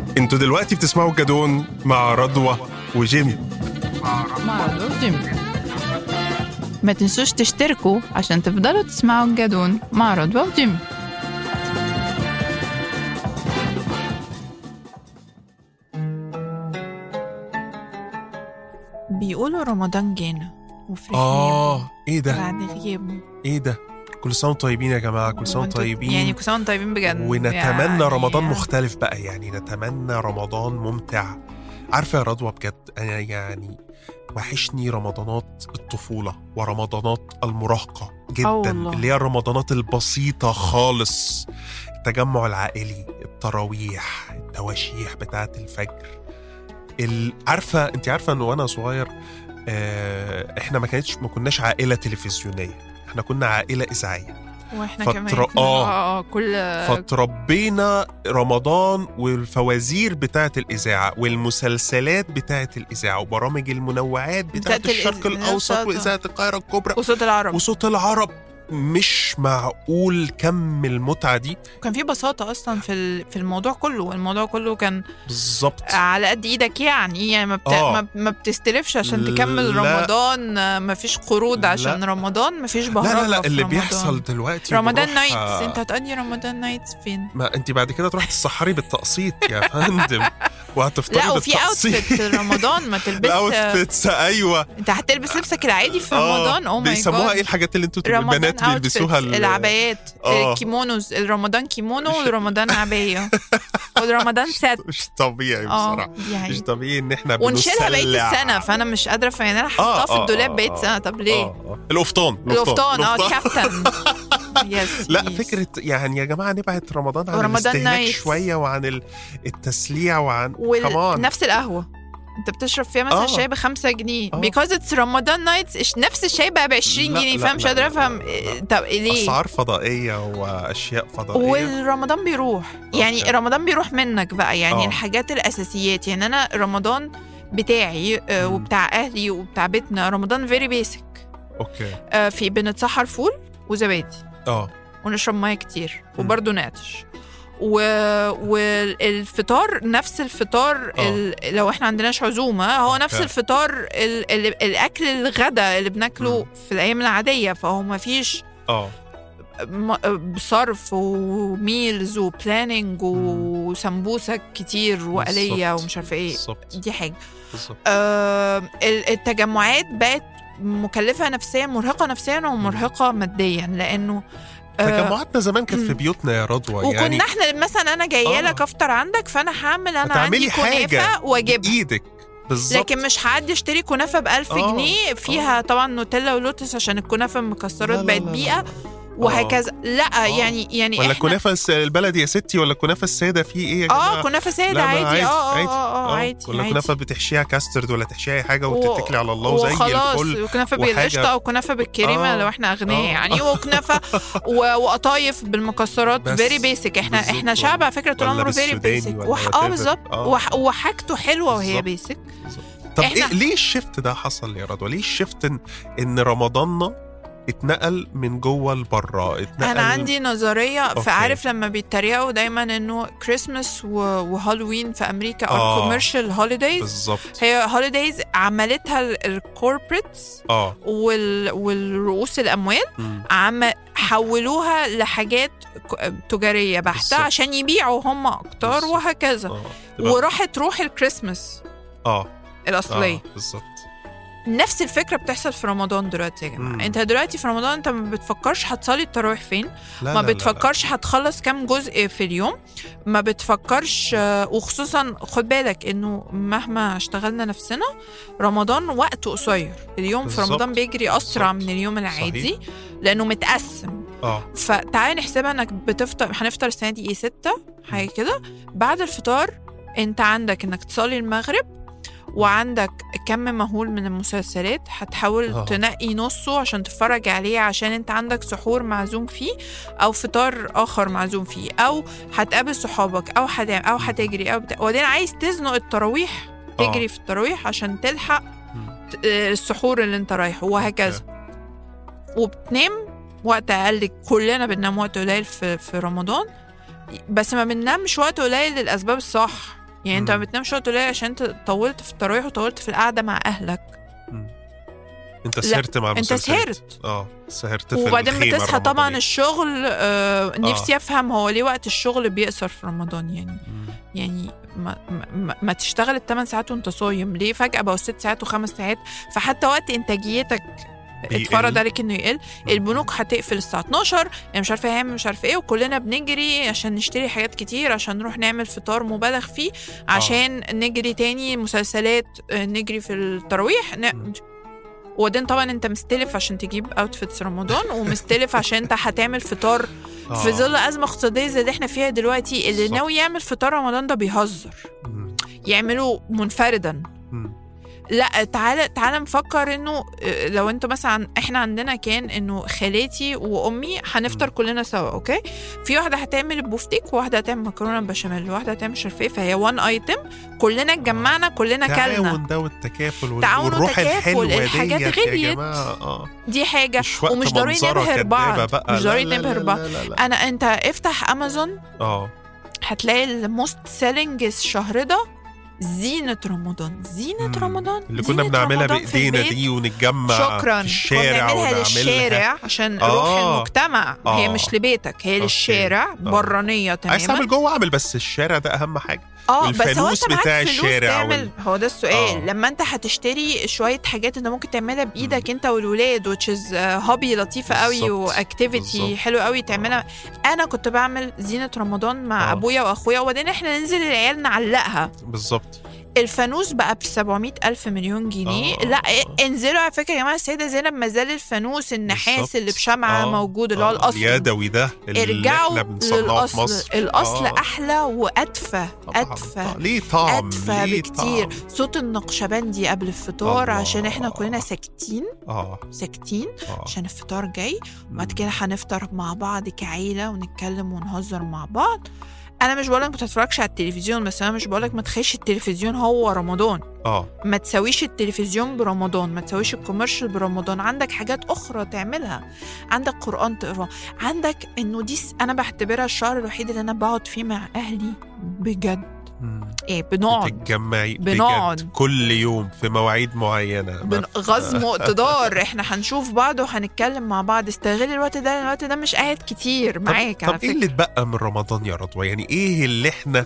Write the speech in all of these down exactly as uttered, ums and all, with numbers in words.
انتوا دلوقتي بتسمعوا الجدون مع رضوى وجيمي. مع رضوى وجيمي. ما تنسوش تشتركوا عشان تفضلوا تسمعوا الجدون مع رضوى وجيمي. بيقولوا رمضان جانا وفرحنا اه ايه ده بعد غيابه. ايه ده كل سنة طيبين يا جماعة، كل سنة طيبين يعني كل سنة طيبين بجد. ونتمنى يعني رمضان مختلف بقى، يعني نتمنى رمضان ممتع. عارفة يا رضوى بجد أنا يعني وحشني رمضانات الطفولة ورمضانات المراهقة جدا، اللي هي الرمضانات البسيطة خالص، التجمع العائلي، التراويح، التواشيح بتاعة الفجر. عارفة انت عارفة انه وانا صغير اه احنا ما كانتش ما كناش عائلة تلفزيونية، احنا كنا عائلة إذاعية. واحنا فتر... كمان آه. اه كل فتربينا رمضان والفوازير بتاعة الإذاعة والمسلسلات بتاعة الإذاعة وبرامج المنوعات بتاعة الشرق الأوسط وإذاعة القاهرة الكبرى وصوت العرب وصوت العرب. مش معقول كم المتعة دي. كان في بساطة أصلا في في الموضوع كله. الموضوع كله كان بالظبط على قد إيدك، يعني يعني ما, بت... آه. ما بتستلفش عشان تكمل لا. رمضان. ما فيش قروض عشان لا. رمضان، ما فيش بهرجة. لا لا لا اللي رمضان. بيحصل دلوقتي رمضان نايتس. انت هتقضي رمضان نايتس فين؟ ما انت بعد كده تروح تسحري بالتقسيط يا فندم وهتفطري لا بالتقسيط. وفي اوتفيت رمضان ما تلبس اوتفيتس. ايوه انت هتلبس لبسك العادي في رمضان. او ماي جاد بيسموها ايه الحاجات اللي انتوا البنات بيلبسوها؟ العبايات، الكيمونوز، الرمضان كيمونو والرمضان عباية والرمضان سات. مش طبيعي بصراحه، يعني مش طبيعي ان احنا ونشيلها بقية السنة. فانا مش قادرة افهم يعني انا حطها في الدولاب بقية السنة. طب ليه؟ آه آه. القفطان القفطان اه الكافتن. يس لا يس. فكرة يعني يا جماعة نبعد رمضان عن الاستهلاك شوية وعن التسليع وعن وال... نفس القهوة انت بتشرب فيها مثلا الشاي آه. بخمسة جنيه آه. because it's رمضان نايتس. نفس الشاي بقى بعشرين جنيه. فاهم؟ مش قادرة افهم طب ليه اسعار فضائية واشياء فضائية. والرمضان بيروح يعني أوكي. رمضان بيروح منك بقى يعني آه. الحاجات الاساسيات. يعني انا رمضان بتاعي آه وبتاع اهلي وبتاع بيتنا رمضان فيري بيسك. اوكي آه في بنتسحر فول وزبادي اه ونشرب ميه كتير وبرضه نعطش و... والفطار نفس الفطار ال... لو احنا عندناش عزومه هو نفس أوكي. الفطار ال... ال... الاكل الغدا اللي بناكله م. في الايام العاديه. فهو ما فيش اه صرف وميلز وبلاننج وسمبوسك كتير وقليه ومش عارفه ايه. بالزبط. دي حاجه. آه التجمعات بقت مكلفه نفسيا، مرهقه نفسيا ومرهقه ماديا، لانه تجمعاتنا زمان كانت في بيوتنا يا رضوى. وكنا يعني احنا مثلا انا جايه آه. لك افطر عندك فانا هعمل انا عندي كنافه واجيب ايدك بالظبط. لكن مش هعدي اشتري كنافه بألف آه. جنيه فيها آه. طبعا نوتيلا ولوتس عشان الكنافه المكسرات بقت بيئه وهكذا. لا آه. يعني يعني ولا كنافه البلدي يا ستي ولا كنافه الساده في ايه يا جماعه؟ اه كنافه ساده عادي. عادي اه عادي اه عادي ولا عادي. كنافه بتحشيها كاسترد ولا تحشيها اي حاجه وتتكلي على الله وزي الفل. وكنافه بالقشطه او كنافه بالكريمه. آه. لو احنا اغنياء آه. يعني وكنافه وقطايف بالمكسرات فيري بيسك. احنا احنا شعب على فكره طول عمره فيري بيسك. اه بالظبط وحاجته حلوه وهي بيسك. طب إيه ليه الشفت ده حصل يا رضوى؟ ليه الشفت ان, إن رمضاننا اتنقل من جوه لبره؟ انا عندي نظريه. فعارف لما بيتريقوا دايما انه كريسماس وهالوين في امريكا او كوميرشال هوليدايز. بالظبط. هي هوليدايز عملتها الكوربريتس اه وال والرؤوس الاموال عم حولوها لحاجات تجاريه بحته بالزبط. عشان يبيعوا هم اكتر بالزبط. وهكذا. آه. وراحت روح الكريسماس اه الاصليه آه. بالظبط. نفس الفكرة بتحصل في رمضان دلوقتي يا جماعة. انت دلوقتي في رمضان انت ما بتفكرش هتصلي التراويح فين، لا ما لا بتفكرش لا لا. هتخلص كام جزء في اليوم، ما بتفكرش. وخصوصا خد بالك انه مهما اشتغلنا نفسنا رمضان وقت قصير. اليوم بالزبط. في رمضان بيجري اسرع بالزبط. من اليوم العادي صحيح. لانه متقسم. اه فتعالى نحسبها انك بتفطر. هنفطر السنة دي ايه ستة حاجة كده. بعد الفطار انت عندك انك تصلي المغرب وعندك كم مهول من المسلسلات هتحاول أوه. تنقي نصه عشان تتفرج عليه عشان انت عندك سحور معزوم فيه او فطار اخر معزوم فيه او هتقابل صحابك او حد او هتجري او بتا... وبعدين عايز تزنق التراويح تجري أوه. في التراويح عشان تلحق السحور اللي انت رايحه وهكذا. وبتنام وقت اقل. كلنا بننام وقت قليل في في رمضان بس ما بننامش وقت قليل للاسباب الصح. يعني انت ما بتنامش وقت قليل عشان انت طولت في التراويح وطولت في القعده مع اهلك. مم. انت سهرت مع انت سهرت اه سهرت في وبعدين بتصحى طبعا الشغل. آه نفسي آه. افهم هو ليه وقت الشغل بيقصر في رمضان يعني. مم. يعني ما, ما, ما تشتغل الثمان ساعات وانت صايم، ليه فجأة بقوا ست ساعات وخمس ساعات؟ فحتى وقت انتاجيتك اتفرض عليك انه يقل. البنوك هتقفل الساعه اتناشر، يعني مش عارفه هيعمل مش عارفه ايه، وكلنا بنجري عشان نشتري حاجات كتير عشان نروح نعمل فطار مبالغ فيه عشان آه. نجري تاني مسلسلات، نجري في التراويح ن... وبعدين طبعا انت مستلف عشان تجيب اوتفيتس رمضان، ومستلف عشان انت هتعمل فطار آه. في ظل ازمه اقتصاديه زي اللي احنا فيها دلوقتي. اللي ناوي يعمل فطار رمضان ده بيهزر، يعملوا منفردا. م. لا تعالى تعالى نفكر انه لو انتوا مثلا، احنا عندنا كان انه خالاتي وامي هنفطر كلنا سوا، اوكي، في واحده هتعمل البوفتيك، وواحده هتعمل مكرونه بشاميل، وواحده هتعمل شرفيه، فهي وان ايتم كلنا اتجمعنا كلنا كلنا. التعاون ده والتكافل والروح الحلوه دي الحاجات غليت آه. دي حاجه، ومش ضروري نبهر بعض، مش ضروري نبهر بعض. انا انت افتح امازون اه هتلاقي الموست سيلينج الشهر ده زينة رمضان. زينة مم. رمضان اللي كنا بنعملها بإيدينا دي ونتجمع شكرا. في الشارع ونعملها للشارع عشان آه. روح المجتمع آه. هي مش لبيتك، هي أوكي. للشارع برانية تماما. عايز تعمل جوه اعمل، بس الشارع ده أهم حاجة. اه بس هو انت بتاع الشارع وال... هو ده السؤال. آه. لما انت هتشتري شويه حاجات انت ممكن تعملها بايدك انت والولاد، which is هوبي لطيفه قوي واكتيفيتي حلو قوي تعملها. انا كنت بعمل زينه رمضان مع آه. ابويا واخويا، وبعدين احنا ننزل العيال نعلقها. بالظبط. الفانوس بقى بسبعمية ألف مليون جنيه. آه. لا آه. انزلوا على فكرة يا جماعة، السيدة زينب ما زال الفانوس النحاس بالزبط. اللي بشمعة آه. موجود، اللي هو آه. الأصل اليدوي ده اللي احنا بنصنعه في مصر. الأصل آه. أحلى وأدفى أدفى ليه طعم أدفى ليه بكتير طعم. صوت النقشبندي قبل الفطار الله. عشان احنا كلنا ساكتين آه. ساكتين آه. عشان الفطار جاي، وبعد كده هنفطر مع بعض كعيلة ونتكلم ونهزر مع بعض. انا مش بقولك ما تتفرجش على التلفزيون، بس انا مش بقولك ما تخش التلفزيون هو رمضان. اه ما تسويش التلفزيون برمضان، ما تسويش الكوميرشال برمضان. عندك حاجات اخرى تعملها، عندك قرآن تقراه، عندك انه دي انا بعتبرها الشهر الوحيد اللي انا بقعد فيه مع اهلي بجد. مم. ايه بنقعد بتتجمعي بنقعد كل يوم في مواعيد معينه بن... غزم مقتدار احنا هنشوف بعض وهنتكلم مع بعض. استغل الوقت ده، الوقت ده مش قاعد كتير معاك. طب, طب ايه اللي اتبقى من رمضان يا رضوى؟ يعني ايه اللي احنا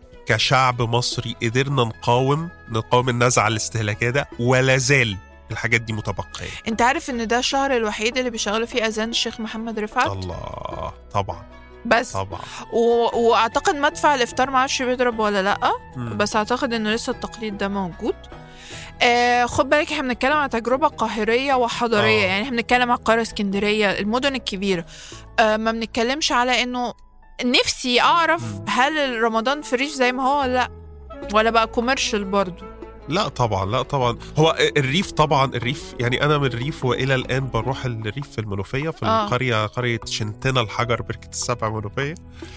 كشعب مصري قدرنا نقاوم نقاوم النزعه الاستهلاكيه ده ولا زال الحاجات دي متبقيه؟ انت عارف ان ده الشهر الوحيد اللي بيشغلوا فيه اذان الشيخ محمد رفعت؟ الله طبعا بس طبعا. و... واعتقد مدفع الافطار ما عادش بيضرب ولا لا. مم. بس اعتقد انه لسه التقليد ده موجود. آه خد بالك احنا بنتكلم عن تجربه قاهريه وحضاريه. آه. يعني احنا بنتكلم عن القاهره، اسكندريه، المدن الكبيره. آه ما بنتكلمش على انه نفسي اعرف مم. هل رمضان فريش زي ما هو ولا لا، ولا بقى كوميرشال برضو. لا طبعا لا طبعا. هو الريف طبعا الريف، يعني انا من الريف والى الان بروح الريف في المنوفيه في آه. القريه قريه شنتنا الحجر بركه السبع منوفيه.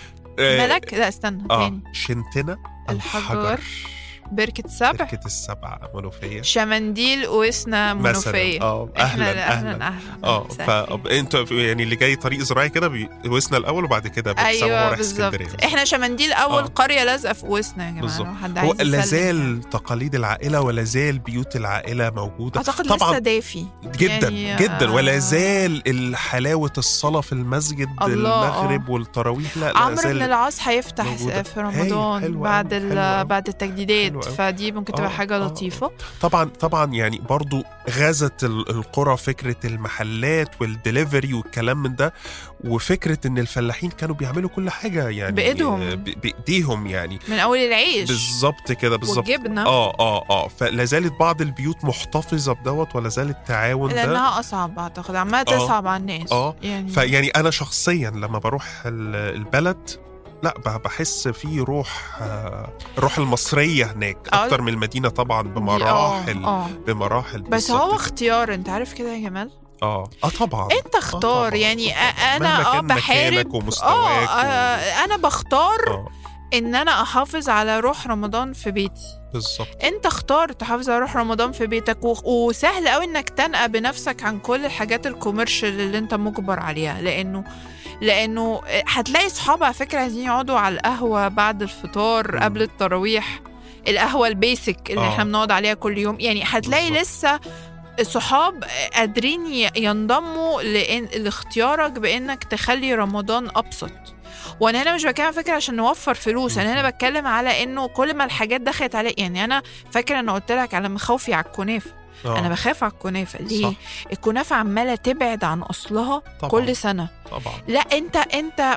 ملك لا استنى آه. تاني. شنتنا الحجر, الحجر. بركة السبع بركة السبع منوفية، شمنديل وإسنا منوفية. اه اهلا اهلا اهلا اه فانتوا يعني اللي جاي طريق زراعي كده بوسنا الاول وبعد كده بتسموا ايوه رايح اسكندريه. احنا شمنديل اول آه. قريه لازقه في وسنا يا جماعه. هو لازال تقاليد العائله ولا زال بيوت العائله موجوده؟ اعتقد طبعا لسه دافي جدا يعني جدا آه. ولا زال الحلاوه الصلاه في المسجد المغرب آه. والتراويح. لا عمرو بن العاص هيفتح موجودة. في رمضان بعد بعد التجديدات، فدي ممكن تبقى آه حاجة آه لطيفة. طبعا طبعا يعني برضو غزت القرى فكرة المحلات والدليفري والكلام من ده، وفكرة ان الفلاحين كانوا بيعملوا كل حاجة يعني بإيدهم بإيديهم يعني من أول العيش بالظبط كده بالظبط والجبنة. اه اه اه فلازالت بعض البيوت محتفظة بدوت ولا زال التعاون ده، لأنها أصعب أعتقد عمالة تصعب على الناس. اه يعني فيعني أنا شخصيا لما بروح البلد لا بحس في روح الروح المصرية هناك أكتر من المدينة طبعا بمراحل أوه. بمراحل بس هو اختيار. انت عارف كده يا جمال؟ اه اه طبعا انت اختار. آه طبعاً. يعني انا اه بحارب ومستواك آه و... انا بختار آه. ان انا احافظ على روح رمضان في بيتي. بالظبط. انت اختار تحافظ على روح رمضان في بيتك، و... وسهل قوي انك تنقى بنفسك عن كل الحاجات الكوميرشال اللي انت مجبر عليها، لانه لانه هتلاقي صحاب على فكره عايزين يقعدوا على القهوه بعد الفطار مم. قبل التراويح، القهوه البيسك اللي آه. احنا بنقعد عليها كل يوم. يعني هتلاقي بالظبط. لسه صحاب قادرين ي- ينضموا لإن لاختيارك بانك تخلي رمضان ابسط. وانا هنا مش بتكلم على فكره عشان نوفر فلوس، انا هنا بتكلم على انه كل ما الحاجات دخلت عليه. يعني انا فاكره ان قلت لك على مخاوفي على الكنافه. آه. انا بخاف على الكنافه ليه؟ صح. الكنافه عماله تبعد عن اصلها طبعاً. كل سنه. طبعا لا انت انت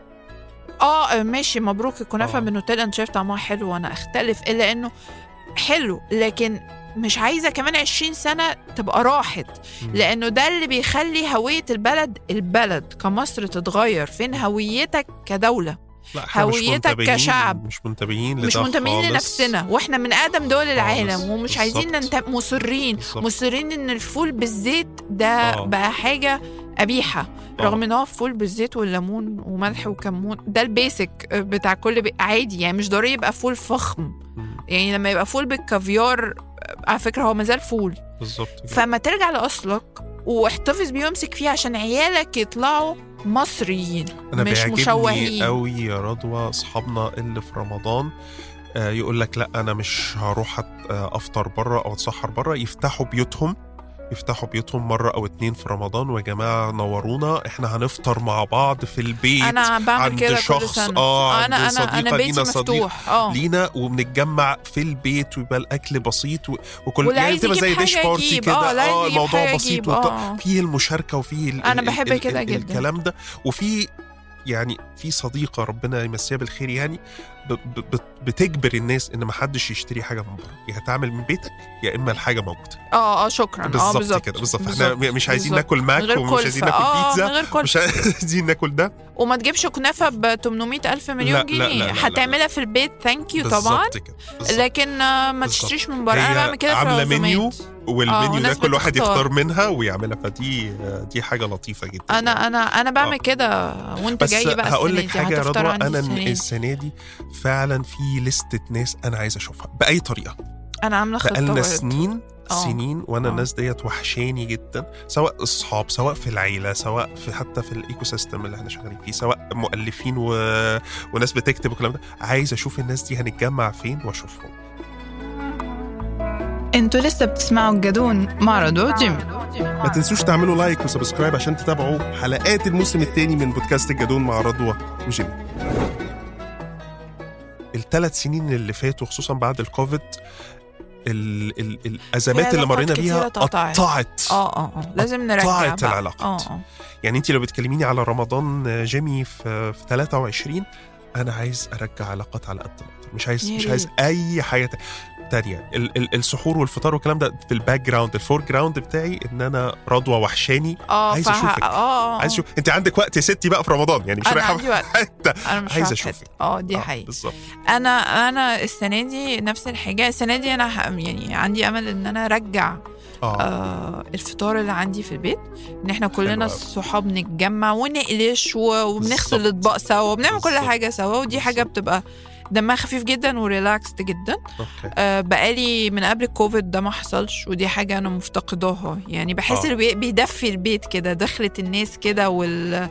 اه ماشي مبروك الكنافه آه. بالنوتيلا، انت شايف طعمها حلو وانا اختلف، الا انه حلو، لكن مش عايزه كمان عشرين سنه تبقى راحت. مم. لانه ده اللي بيخلي هويه البلد البلد كمصر تتغير. فين هويتك كدوله؟ لا، إحنا مش هويتك منتبهين- كشعب. مش منتبهين لده مش منتبهين خالص. لنفسنا، واحنا من اقدم دول العالم ومش بالظبط. عايزين ننت... مصرين بالظبط. مصرين ان الفول بالزيت ده آه. بقى حاجه قبيحه، آه. رغم ان هو فول بالزيت والليمون وملح وكمون، ده البيسك بتاع كل بي... عادي. يعني مش ضروري يبقى فول فخم. مم. يعني لما يبقى فول بالكافيار على فكره هو مازال فول. بالظبط كده. فما ترجع لاصلك واحتفظ بيه وامسك فيه عشان عيالك يطلعوا مصريين انا مش بيعجبني مشوهين قوي يا رضوى اصحابنا اللي في رمضان آه يقول لك لا انا مش هروح أت- آه، افطر بره او اتسحر بره، يفتحوا بيوتهم يفتحوا بيوتهم مرة أو اتنين في رمضان، ويا جماعة نورونا إحنا هنفطر مع بعض في البيت. انا بعمل عند كده كل شخص سنه. آه انا عند انا انا صديقة بيتي لينا صديق مفتوح اه لينا، وبنتجمع في البيت ويبقى الأكل بسيط و... وكل واللي يعني عايز بتبقى زي يجيب ديش حاجة بارتي يجيب. كده. آه، لا عايز اه يجيب الموضوع حاجة بسيط يجيب. وط... آه. فيه المشاركة وفيه ال... أنا ال- بحب ال- كده ال- جدا. الكلام ده. وفي يعني في صديقة ربنا يمسيها بالخير يعني ب... ب... بتجبر الناس ان ما حدش يشتري حاجة من بره، يا هتعمل من بيتك يا اما الحاجة موجودة. اه اه شكرا. اه بالظبط بالظبط كده بالظبط. احنا بالظبط. مش عايزين بالظبط. ناكل ماك من غير ومش كلفة. عايزين ناكل آه بيتزا من غير كلفة. مش عايزين ناكل ده. وما تجيبش كنافه ب ثمانمية ألف مليون لا، جنيه. لا، لا، لا، لا. هتعملها في البيت ثانك يو طبعا، بالظبط كده بالظبط. لكن آه، ما بالظبط. تشتريش من بره. انا هي بعمل كده في عاملة العزومات. منيو، والمنيو ده والناس كل واحد بتختار. يختار منها ويعملها، فدي دي حاجة لطيفة جدا. انا انا انا بعمل آه. كده وانت بس جاي بقى هقول السنة لك دي حاجة يا هتفطر رضوى، عندي أنا السنة دي. السنة دي فعلا في لستة ناس أنا عايز أشوفها بأي طريقة. انا عامله خطه بقالنا وعد. سنين آه. سنين وانا آه. الناس ديت وحشاني جدا، سواء اصحاب سواء في العيله سواء في حتى في الايكو سيستم اللي احنا شغالين فيه، سواء مؤلفين و... وناس بتكتب والكلام ده. عايز اشوف الناس دي هنتجمع فين واشوفهم. انتوا لسه بتسمعوا الجدون مع رضوى وجيمي. ما تنسوش تعملوا لايك وسبسكرايب عشان تتابعوا حلقات الموسم الثاني من بودكاست الجدون مع رضوى وجيمي. الثلاث سنين اللي فاتوا خصوصا بعد الكوفيد ال ال الازمات اللي مرينا بيها قطعت اه اه اه لازم نرجع قطعت بقى. العلاقات. اه اه يعني انت لو بتكلميني على رمضان جيمي في في ثلاثة وعشرين، انا عايز ارجع علاقات على قد ما اقدر، مش عايز مش عايز اي حاجه تانية. ال ال السحور والفطار والكلام ده في الباك جراوند، الفور جراوند بتاعي ان انا رضوى وحشاني. اه عايز فه... اشوفك اه عايز اشوف انت عندك وقت يا ستي بقى في رمضان، يعني مش انا رايحه عندي وقت. حته. انا مش عايز عارفة. اشوفك. اه دي آه حقيقة. بالظبط. انا انا السنه دي نفس الحاجه. السنه دي انا ح... يعني عندي امل ان انا ارجع آه. آه الفطار اللي عندي في البيت، ان احنا كلنا حلو أوي. الصحاب نتجمع ونقلش و... وبنغسل بالظبط. الاطباق سوا وبنعمل كل بالظبط. حاجه سوا، ودي حاجه بالظبط. بتبقى دمها خفيف جدا وريلاكسد جدا. اوكي. آه بقالي من قبل الكوفيد ده ما حصلش، ودي حاجة أنا مفتقداها. يعني بحس آه. اللي بي- بيدفي البيت كده، دخلت الناس كده وال...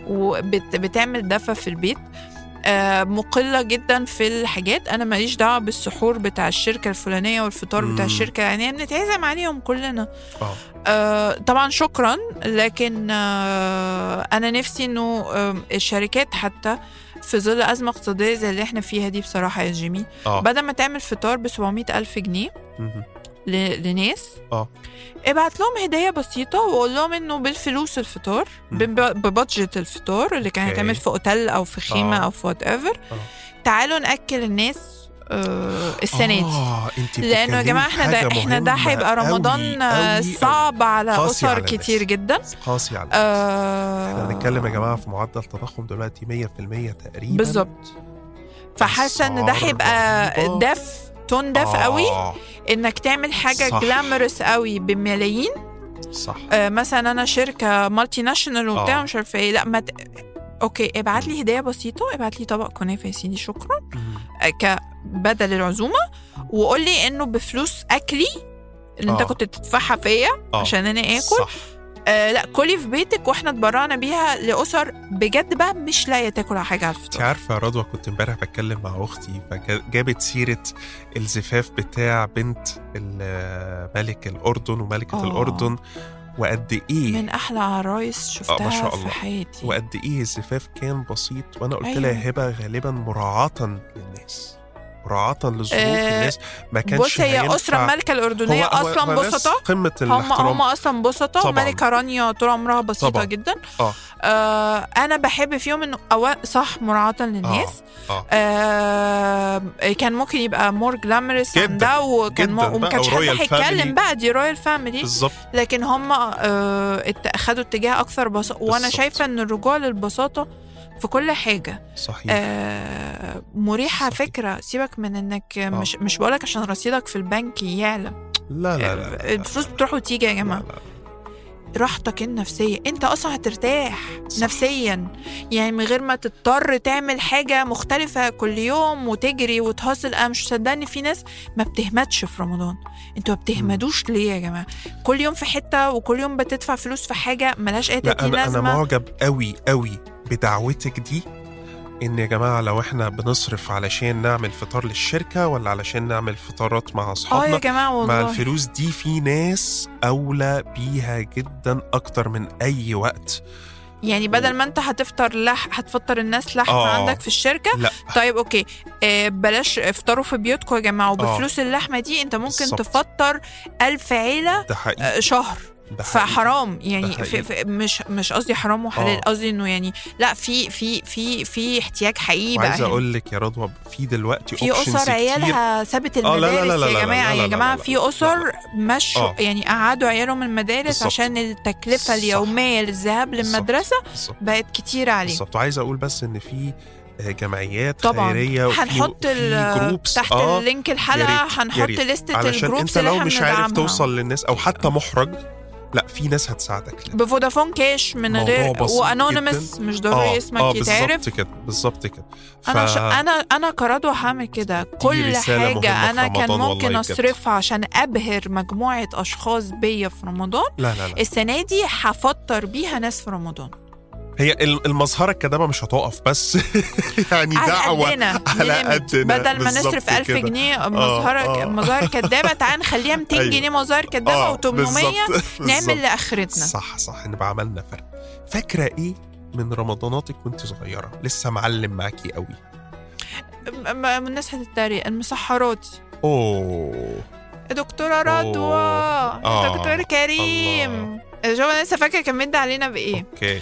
وبتعمل دفى في البيت. آه مقلة جدا في الحاجات. أنا ماليش دعوة بالسحور بتاع الشركة الفلانية والفطار بتاع مم. الشركة، يعني بنتعزم عليهم كلنا. اه آه طبعا شكرا، لكن آه أنا نفسي إنه آه الشركات حتى في ظل أزمة اقتصادية زي اللي احنا فيها دي بصراحة يا جيمي، اه بدل ما تعمل فطار ب سبعمية ألف جنيه مهم. ل... لناس، اه ابعت لهم هدية بسيطة وقول لهم إنه بالفلوس الفطار مم. ب- ببادجت الفطار اللي كان أوكي. هيتعمل في أوتيل أو في خيمة آه. أو في وات ايفر، آه. تعالوا نأكل الناس آه السنة دي. اه انت لأنه يا جماعة احنا ده احنا ده هيبقى رمضان آه، صعب على قاسي أسر على الناس. كتير جدا. قاسي على آه احنا بنتكلم يا جماعه في معدل تضخم دلوقتي مية في المية تقريبا بالظبط. فحاسة إن ده أسعار هيبقى رهيبة. دف تون دف آه. قوي، إنك تعمل حاجة صح. جلامرس قوي بملايين. صح. آه مثلا انا شركه مالتي ناشونال وبتاع آه. مش عارفه ايه، لا ما ت... اوكي ابعت لي هديه بسيطه، ابعت لي طبق كنافه يا سيدي شكرا مم. آه كبدل العزومه، وقول لي انه بفلوس اكلي اللي انت آه. كنت تدفعها فيا آه. عشان انا اكل صح. آه لا كلي في بيتك، واحنا اتبرعنا بيها لأسر بجد بقى مش لاقيه تاكل حاجه على الفطار. انت عارفه يا رضوى، كنت امبارح بتكلم مع اختي فجابت سيره الزفاف بتاع بنت ملك الاردن وملكه أوه. الاردن، وقد ايه من احلى عرايس شفتها آه ما شاء الله. في حياتي، وقد ايه الزفاف كان بسيط. وانا قلت أيوة. لها هبه غالبا مراعاه للناس، مراعاه لظروف آه الناس، ما كانش بص هي اسره الملكه الاردنيه هو اصلا هو بسطه، قمه هم الاحترام. هم اصلا بسطه. وملكه رانيا طول عمرها بسيطه طبعًا. جدا. آه. آه انا بحب فيهم انه أو صح مراعاه للناس. آه. آه. آه كان ممكن يبقى مور جلامرس عن ده، وكان وما كانش حد هيتكلم بقى دي رويال فاميلي بالظبط. لكن هم آه اخذوا اتجاه اكثر بساطه، وانا شايفه ان الرجوع للبساطه في كل حاجة صحيح. آه مريحة. صحيح. فكرة سيبك من انك آه. مش مش بقولك عشان رصيدك في البنك يعلى، لا لا لا, لا الفلوس بتروح وتيجي يا جماعة. لا لا. راحتك النفسية، انت اصلا هترتاح صح. نفسيا، يعني من غير ما تضطر تعمل حاجة مختلفة كل يوم وتجري وتهصل. انا مش صدقني في ناس ما بتهمتش في رمضان. انتوا ما بتهمدوش ليه يا جماعة؟ كل يوم في حتة وكل يوم بتدفع فلوس في حاجة ملاش اي تأتي لازمة. انا معجب قوي قوي بدعوتك دي، إن يا جماعة لو إحنا بنصرف علشان نعمل فطار للشركة ولا علشان نعمل فطارات مع أصحابنا، آه يا جماعة والله. مع الفلوس دي في ناس أولى بيها جدا أكتر من أي وقت. يعني بدل ما انت هتفطر لح هتفطر الناس لحمة آه. عندك في الشركة، لا. طيب اوكي آه بلاش افطروا في بيوتكم يا جماعة، وبفلوس آه. اللحمة دي انت ممكن بالزبط. تفطر ألف عيلة آه شهر. فحرام يعني في في مش مش قصدي حرام وحلال، قصدي انه يعني لا في في في في احتياج حقيقي بقى. عايز اقول لك يا رضوى في دلوقتي في اسر عيالها سابت المدارس يا جماعه، يا جماعه في اسر مشوا يعني قعدوا عيالهم المدارس بالزبط. عشان التكلفه صح. اليوميه للذهاب للمدرسه بالزبط. بقت كتير عليه بالظبط. وعايز اقول بس ان في جمعيات طبعاً. خيريه هنحط تحت آه. اللينك الحلقه هنحط لستة الجروبس اللي انت لو مش عارف توصل للناس او حتى محرج، لا في ناس هتساعدك بفودافون كاش من غير وانونيمس، مش ضروري آه اسمك آه يتعرف. بالظبط كده بالظبط كده. ف... انا ش... انا انا كرضوى هعمل كده. كل حاجه انا كان ممكن اصرفها عشان ابهر مجموعه اشخاص بيا في رمضان، لا لا لا. السنه دي هفطر بيها ناس في رمضان. هي المظهرة الكدابة مش هتقف بس يعني دعوة على قدنا بدل ما نصرف ألف جنيه مظهرة مظاهر كدابة، تعال نخليها مئتين أيوة. جنيه مظاهر كدابة وثمانمية نعمل لآخرتنا. صح صح نبقى عملنا فرق. فاكرة إيه من رمضاناتك وانت صغيرة لسه معلم معاكي قوي؟ من الناس هتتريق المسحرات. أوه دكتورة رضوى آه. دكتور كريم. شوف أنا لسه فاكرة كان مد علينا بإيه. أوكي.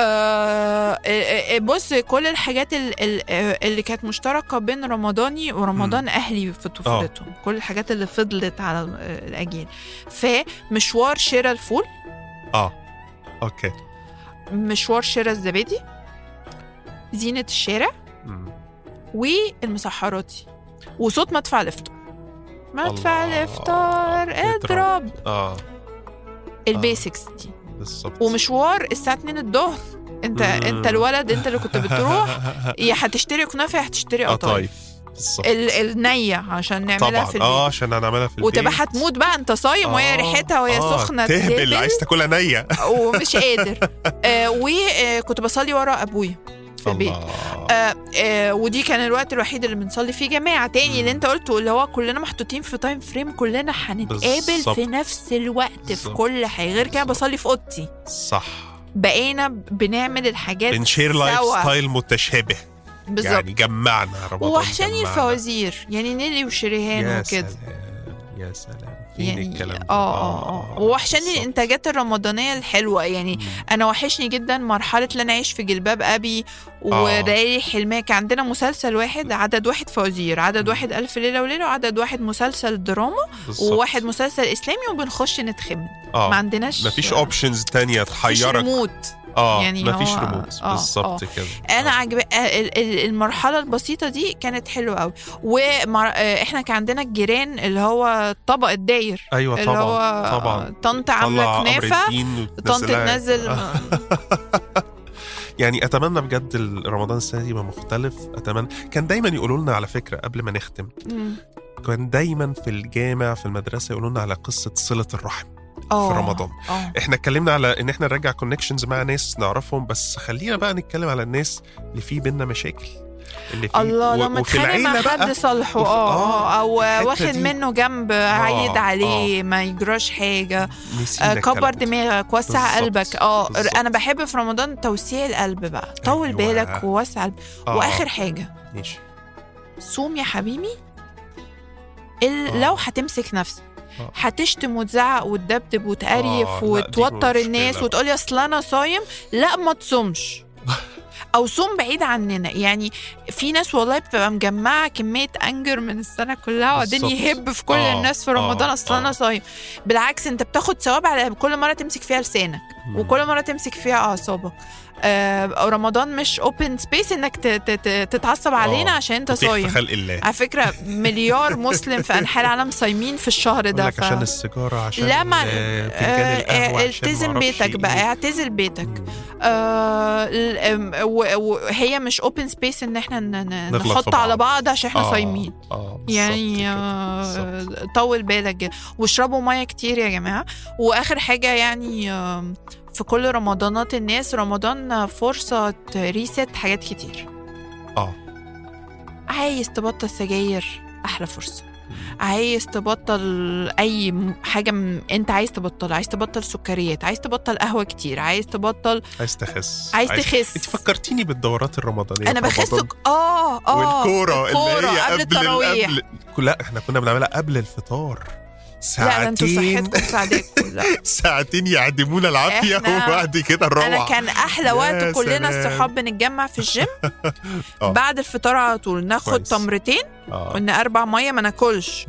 آه بص كل الحاجات اللي كانت مشتركة بين رمضاني ورمضان م. أهلي في طفولتهم، آه. كل الحاجات اللي فضلت على الأجيال. فمشوار شراء الفول اه اوكي مشوار شراء الزبادي، زينة الشارع م. والمسحراتي، وصوت مدفع الافطار. مدفع الافطار اضرب اه البيسكس دي بالظبط. ومشوار الساعة اتنين الظهر، انت مم. انت الولد انت اللي كنت بتروح يا هتشتري كنافه يا هتشتري قطايف ال النية عشان نعملها طبعًا. في البيت. اه عشان نعملها في البيت وتبقى هتموت بقى انت صايم آه. وهي ريحتها وهي آه. سخنه تهبل عايز تاكلها نية ومش قادر. آه وكنت بصلي ورا ابويا في البيت. آه آه ودي كان الوقت الوحيد اللي بنصلي فيه جماعة تاني مم. اللي انت قلته، اللي هو كلنا محطوطين في تايم فريم، كلنا هنتقابل في نفس الوقت بالزبط. في كل حاجة. غير كده بصلي في اوضتي. صح. بقينا بنعمل الحاجات بنشير لايف ستايل متشابه بالزبط. يعني جمعنا رمضان وحشاني الفوازير يعني نيلي وشريهان وكده. يا سلام يعني الكلام اه اه اه وحشاني الانتاجات الرمضانيه الحلوه يعني. مم. انا وحشني جدا مرحله اللي انا عايش في جلباب ابي وليالي حلميه. كان عندنا مسلسل واحد، عدد واحد فوازير، عدد مم. واحد الف ليله وليله، وعدد واحد مسلسل دراما بالزبط. وواحد مسلسل اسلامي، وبنخش نتخمن. ما عندناش مفيش اوبشنز تانية تحيرك، ريموت اه يعني مفيش ريموت بالظبط كده. انا عجب المرحله البسيطه دي كانت حلوه قوي. واحنا كان عندنا الجيران اللي هو الطبق الداير. ايوه اللي طبعا هو طبعا طنط عامله كنافه، طنط تنزل يعني اتمنى بجد رمضان السنه دي يبقى مختلف. اتمنى. كان دايما يقولوا لنا على فكره قبل ما نختم، كان دايما في الجامع في المدرسه يقولوا لنا على قصه صله الرحم. في رمضان. أوه. احنا اتكلمنا على ان احنا نرجع كونكشنز مع ناس نعرفهم، بس خلينا بقى نتكلم على الناس اللي فيه بينا مشاكل، اللي فيه الله لما اتخانق مع حد صالحه اه او واخد منه جنب عيد آه عليه آه ما يجراش حاجه، آه كبر دماغك، وسع قلبك. اه انا بحب في رمضان توسيع القلب بقى، طول أيوة. بالك ووسع قلبك. آه. واخر حاجه ماشي، صوم يا حبيبي. آه. لو هتمسك نفسك هتشتم وتزعق وتدبدب وتقريف آه وتوتر الناس وتقولي اصل انا صايم، لا ما تصومش او صوم بعيد عننا. يعني في ناس والله بتبقى مجمعه كميه انجر من السنه كلها وبعدين يهب في كل آه الناس في رمضان. آه اصل انا صايم. بالعكس انت بتاخد ثواب على كل مره تمسك فيها لسانك مم. وكل مره تمسك فيها اعصابك. آه رمضان مش اوبن سبيس انك تتعصب علينا عشان انت صايم. على فكره مليار مسلم في انحاء العالم صايمين في الشهر ده. ف... عشان السيجاره، عشان لا ما آه التزم بيتك بقى، اعتزل بيتك. آه وهي مش اوبن سبيس ان احنا نحط على بعض عشان احنا آه صايمين. آه يعني آه طول بالك واشربوا ميه كتير يا جماعه. واخر حاجه يعني آه في كل رمضانات الناس، رمضان فرصة ريست حاجات كتير. اه عايز تبطل سجاير أحلى فرصة. عايز تبطل أي حاجة م... أنت عايز تبطل، عايز تبطل سكريات، عايز تبطل قهوة كتير، عايز تبطل، عايز تخس، عايز تخس. أنت فكرتيني بالدورات الرمضانية. أنا بخسك آه آه والكورة اللي هي قبل التراويح. قبل... لا إحنا كنا بنعملها قبل الفطار ساعتين. لا انتوا صحتكم سعدكم. لا ساعتين يعدمونا العافية وبعد كده نروح. أنا كان أحلى وقت كلنا الصحاب بنتجمع في الجيم بعد الفطار على طول ناخد تمرتين ونقربع مية ما ناكلش،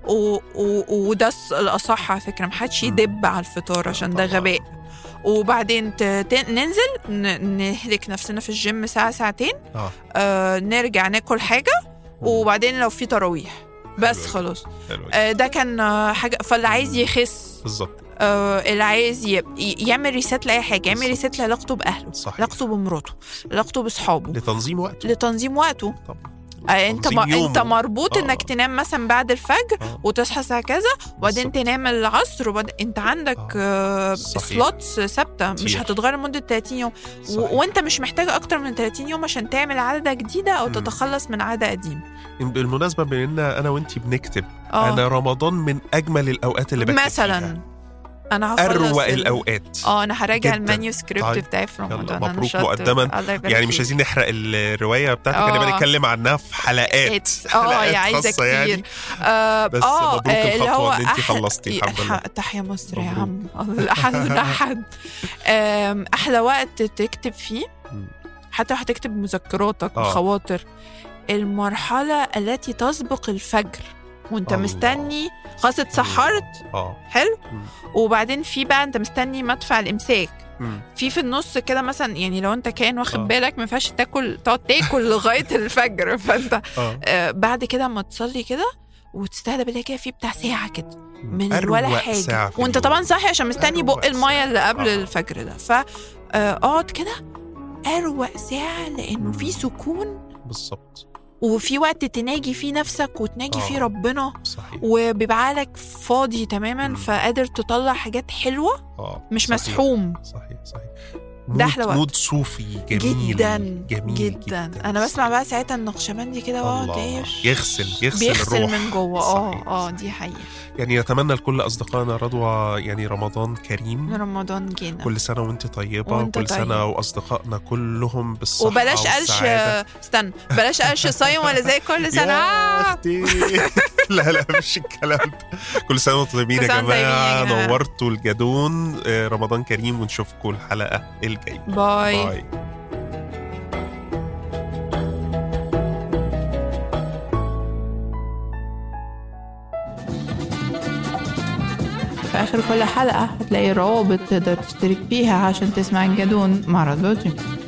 وده الأصح على فكرة. محدش يدب على الفطار عشان ده غباء. وبعدين ننزل نهلك نفسنا في الجيم ساعة ساعتين آه. آه نرجع ناكل حاجة وبعدين لو في تراويح بس خلاص. آه ده كان آه حاجة. فاللي عايز يخس بالظبط، آه اللي عايز ي... يعمل ريسات لأي حاجة، يعمل ريسات لعلاقته بأهله، علاقته بمراته، علاقته بأصحابه، لتنظيم وقته لتنظيم وقته طبعا. آه انت م... انت مربوط آه. انك تنام مثلا بعد الفجر آه. وتصحى الساعه كذا وبعدين تنام العصر وبعد... انت عندك آه. سلوتس ثابته مش هتتغير لمده ثلاثين يوم و... وانت مش محتاج اكتر من ثلاثين يوم عشان تعمل عاده جديده او م. تتخلص من عاده قديمه. بالمناسبه بان انا وانتي بنكتب آه. انا رمضان من اجمل الاوقات اللي بكتب مثلا فيها. انا اروق الاوقات. اه انا هراجع المانيوسكريبت طيب. بتاعي في رمضان. مبروك مقدما. يعني مش عايزين نحرق الروايه بتاعتك، هنبقى نتكلم عنها في حلقات اه يا عايزه كتير يعني. آه بس آه مبروك آه الخطوه ان انت خلصتي الحمد لله. تحيا مصر يا عم. الاحد الاحد احلى وقت تكتب فيه حتى هتكتب مذكراتك وخواطر. المرحله التي تسبق الفجر وانت الله. مستني خلاص اتسحرت اه حلو مم. وبعدين في بقى انت مستني مدفع الامساك مم. في في النص كده مثلا. يعني لو انت كان واخد آه. بالك ما ينفعش تاكل تقعد تاكل لغايه الفجر. فانت آه. آه بعد كده اما تصلي كده وتستهدى بالله كده في بتاع ساعه كده من ولا حاجه وانت طبعا صاحي عشان مستني بق الميه اللي قبل آه. الفجر ده. فاقعد كده اروق ساعه لانه في سكون بالظبط وفي وقت تناجي فيه نفسك وتناجي آه. فيه ربنا صحيح. وبيبقى لك فاضي تماما. مم. فقادر تطلع حاجات حلوة آه. مش صحيح. مسحوم. صحيح صحيح. ده احلى وقت. مود صوفي جميل جدا جميل جدا, جداً. انا بسمع بقى ساعتها النقشبندي كده واقعد ايش يغسل يغسل بيغسل الروح من جوه. اه اه دي حقيقة. يعني نتمنى لكل اصدقائنا رضوى يعني رمضان كريم. رمضان جينا كل سنه وانت طيبه وانت وكل طيب. سنه واصدقائنا كلهم بالصحه وبلاش قرش. استنى بلاش قرش صايم ولا زي كل سنه. يا اختي لا لا مش الكلام ده. كل سنه وانتم طيبين يا جماعه. نورتوا الجدون. رمضان كريم ونشوفكم الحلقه الجايه. باي, باي. في آخر كل حلقة هتلاقي روابط تقدر تشترك فيها عشان تسمع الجدون مع رضوى.